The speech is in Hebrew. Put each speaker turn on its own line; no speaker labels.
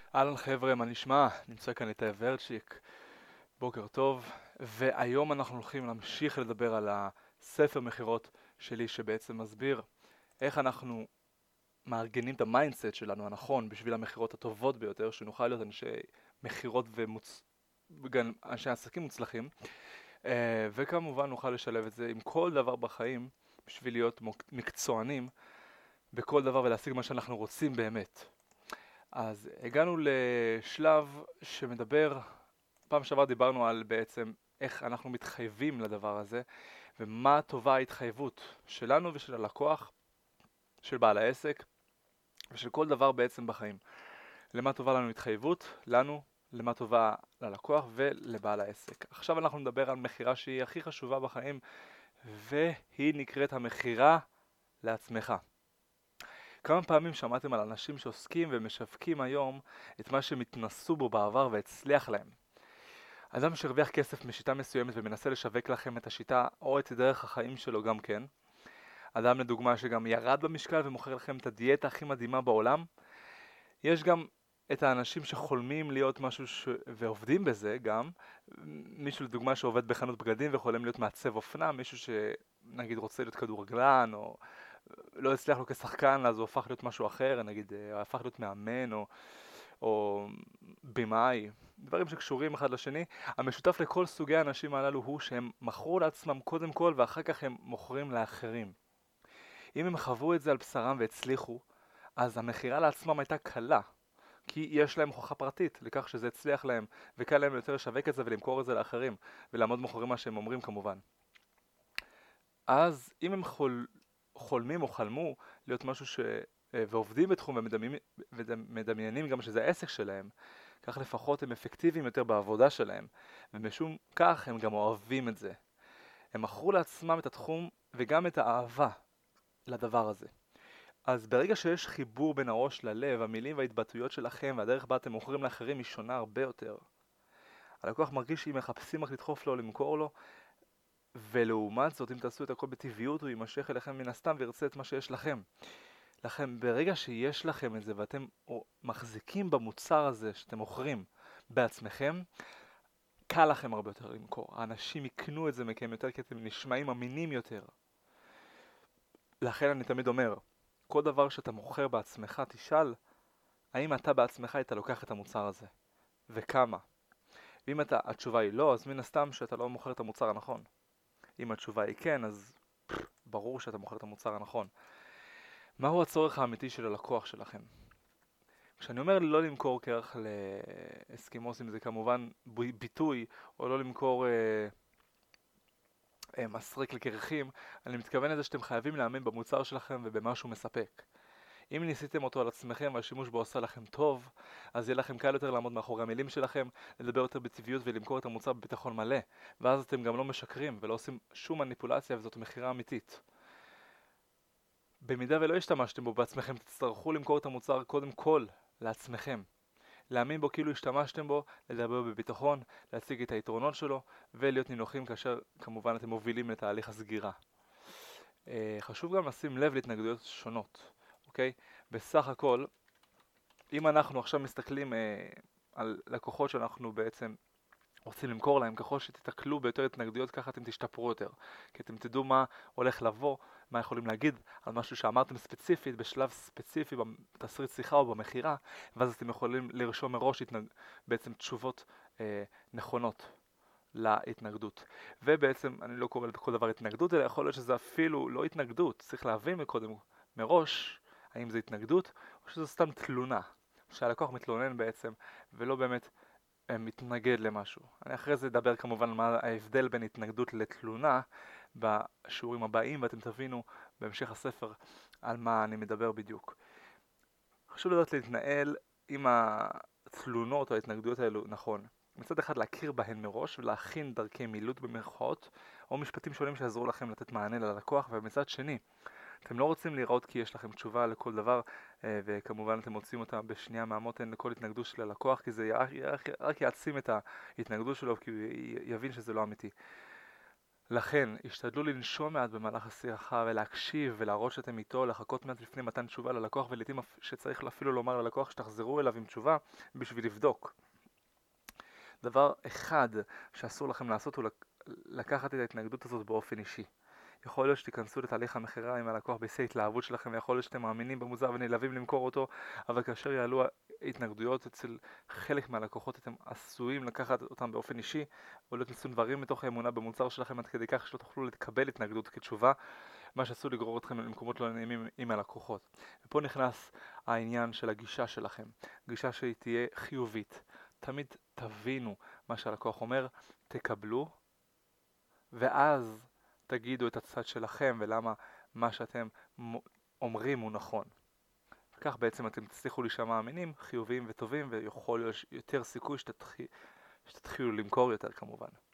אהלן חבר'ה, מה נשמע? נמצא כאן איתי ורצ'יק, בוקר טוב, והיום אנחנו הולכים להמשיך לדבר על הספר מכירות שלי שבעצם מסביר איך אנחנו מארגנים את המיינדסט שלנו הנכון בשביל המכירות הטובות ביותר, שנוכל להיות אנשי מכירות וגם אנשי עסקים מוצלחים, וכמובן נוכל לשלב את זה עם כל דבר בחיים בשביל להיות מקצוענים בכל דבר ולהשיג מה שאנחנו רוצים באמת. אז הגענו לשלב שמדבר, פעם שעבר דיברנו על בעצם איך אנחנו מתחייבים לדבר הזה ומה טובה ההתחייבות שלנו ושל הלקוח, של בעל העסק ושל כל דבר בעצם בחיים. למה טובה לנו התחייבות, לנו, למה טובה ללקוח ולבעל העסק. עכשיו אנחנו נדבר על מחירה שהיא הכי חשובה בחיים, והיא נקראת המחירה לעצמך. כמה פעמים שמעתם על אנשים שעוסקים ומשווקים היום את מה שהם התנסו בו בעבר והצליח להם? אדם שהרוויח כסף משיטה מסוימת ומנסה לשווק לכם את השיטה או את דרך החיים שלו גם כן. אדם לדוגמה שגם ירד במשקל ומוכר לכם את הדיאטה הכי מדהימה בעולם. יש גם את האנשים שחולמים להיות ועובדים בזה גם. מישהו לדוגמה שעובד בחנות בגדים וחולם להיות מעצב אופנה, מישהו שנגיד רוצה להיות כדורגלן או לא הצליח לו כשחקן אז הוא הפך להיות משהו אחר, נגיד הפך להיות מאמן או במאי, דברים שקשורים אחד לשני. המשותף לכל סוגי האנשים הללו הוא שהם מכרו לעצמם קודם כל ואחר כך הם מוכרים לאחרים. אם הם חוו את זה על בשרם והצליחו, אז המכירה לעצמם הייתה קלה, כי יש להם הוכחה פרטית לכך שזה הצליח להם, וקל להם יותר לשווק את זה ולמכור את זה לאחרים, ולעמוד מאחורי מה שהם אומרים כמובן. אז אם הם חולמים או חלמו להיות משהו ועובדים בתחום ומדמיינים גם שזה העסק שלהם, כך לפחות הם אפקטיביים יותר בעבודה שלהם, ומשום כך הם גם אוהבים את זה. הם מכרו לעצמם את התחום וגם את האהבה לדבר הזה. אז ברגע שיש חיבור בין הראש ללב, המילים וההתבטאויות שלכם והדרך בה אתם מוכרים לאחרים היא שונה הרבה יותר. הלקוח מרגיש שאם מחפשים רק לדחוף לו או למכור לו, ולעומת זאת אם תעשו את הכל בטבעיות הוא יימשך אליכם מן הסתם וירצה את מה שיש לכם. לכם ברגע שיש לכם את זה ואתם מחזיקים במוצר הזה שאתם מוכרים בעצמכם, קל לכם הרבה יותר למכור. האנשים יקנו את זה מכם יותר כי אתם נשמעים אמינים יותר. לכן אני תמיד אומר, כל דבר שאתה מוכר בעצמך תשאל האם אתה בעצמך היית לוקח את המוצר הזה וכמה. ואם התשובה היא לא, אז מן הסתם שאתה לא מוכר את המוצר הנכון. אם התשובה היא כן, אז ברור שאתה מוכר את המוצר הנכון. מהו הצורך האמיתי של הלקוח שלכם? כשאני אומר לא למכור קרח לאסקימוסים זה כמובן ביטוי, או לא למכור מסריק לקרחים, אני מתכוון לזה שאתם חייבים להאמין במוצר שלכם ובמה שהוא מספק. אם ניסיתם אותו על עצמכם והשימוש בו עושה לכם טוב, אז יהיה לכם קל יותר לעמוד מאחורי המילים שלכם, לדבר יותר בטבעיות ולמכור את המוצר בביטחון מלא, ואז אתם גם לא משקרים ולא עושים שום מניפולציה וזאת מחירה אמיתית. במידה ולא השתמשתם בו בעצמכם, תצטרכו למכור את המוצר קודם כל לעצמכם. להאמין בו כאילו השתמשתם בו, לדבר בביטחון, להציג את היתרונות שלו, ולהיות נינוחים כאשר כמובן אתם מובילים לתהליך הסגירה. חשוב גם לשים לב להתנגדויות שונות, אוקיי? בסך הכל, אם אנחנו עכשיו מסתכלים על לקוחות שאנחנו בעצם רוצים למכור להם, ככל שתתקלו ביותר התנגדויות ככה אתם תשתפרו יותר, כי אתם תדעו מה הולך לבוא, מה יכולים להגיד על משהו שאמרתם ספציפית בשלב ספציפי בתסריט שיחה או במכירה, ואז אתם יכולים לרשום מראש בעצם תשובות נכונות להתנגדות. ובעצם אני לא קורא לכל דבר התנגדות, אלא יכול להיות שזה אפילו לא התנגדות, צריך להבין קודם מראש האם זה התנגדות או שזו סתם תלונה, שהלקוח מתלונן בעצם ולא באמת מתנגד למשהו. אני אחרי זה אדבר כמובן על מה ההבדל בין התנגדות לתלונה בשיעורים הבאים, ואתם תבינו בהמשך הספר על מה אני מדבר בדיוק. חשוב לדעת להתנהל עם התלונות או ההתנגדויות האלו נכון. מצד אחד להכיר בהן מראש ולהכין דרכי מילוט במרכאות או משפטים שונים שיעזרו לכם לתת מענה ללקוח, ומצד שני אתם לא רוצים להיראות כי יש לכם תשובה לכל דבר, וכמובן אתם מוצאים אותה בשנייה מהמותן לכל התנגדות של הלקוח, כי זה רק יעצים את ההתנגדות שלו, כי הוא יבין שזה לא אמיתי. לכן, השתדלו לנשום מעט במהלך השיחה ולהקשיב ולהראות שאתם איתו, לחכות מעט לפני מתן תשובה ללקוח, ולעיתים שצריך אפילו לומר ללקוח שתחזרו אליו עם תשובה בשביל לבדוק. דבר אחד שאסור לכם לעשות הוא לקחת את ההתנגדות הזאת באופן אישי. יכול להיות שתיכנסו לתהליך המכירה עם הלקוח בשיא ההתלהבות שלכם, ויכול להיות שאתם מאמינים במוצר ונלהבים למכור אותו, אבל כאשר יעלו התנגדויות אצל חלק מהלקוחות, אתם עשויים לקחת אותם באופן אישי, או להכניסו דברים מתוך האמונה במוצר שלכם עד כדי כך שלא תוכלו לקבל התנגדות כתשובה, מה שעשוי לגרור אתכם למקומות לא נעימים עם הלקוחות. ופה נכנס העניין של הגישה שלכם, גישה שהיא תהיה חיובית. תמיד תבינו מה שהלקוח אומר, תקבלו, ואז תגידו את הצד שלכם ולמה מה שאתם אומרים הוא נכון. וכך בעצם אתם תצליחו להישמע אמינים, חיוביים וטובים, ויכול להיות יותר סיכוי שתתחילו למכור יותר כמובן.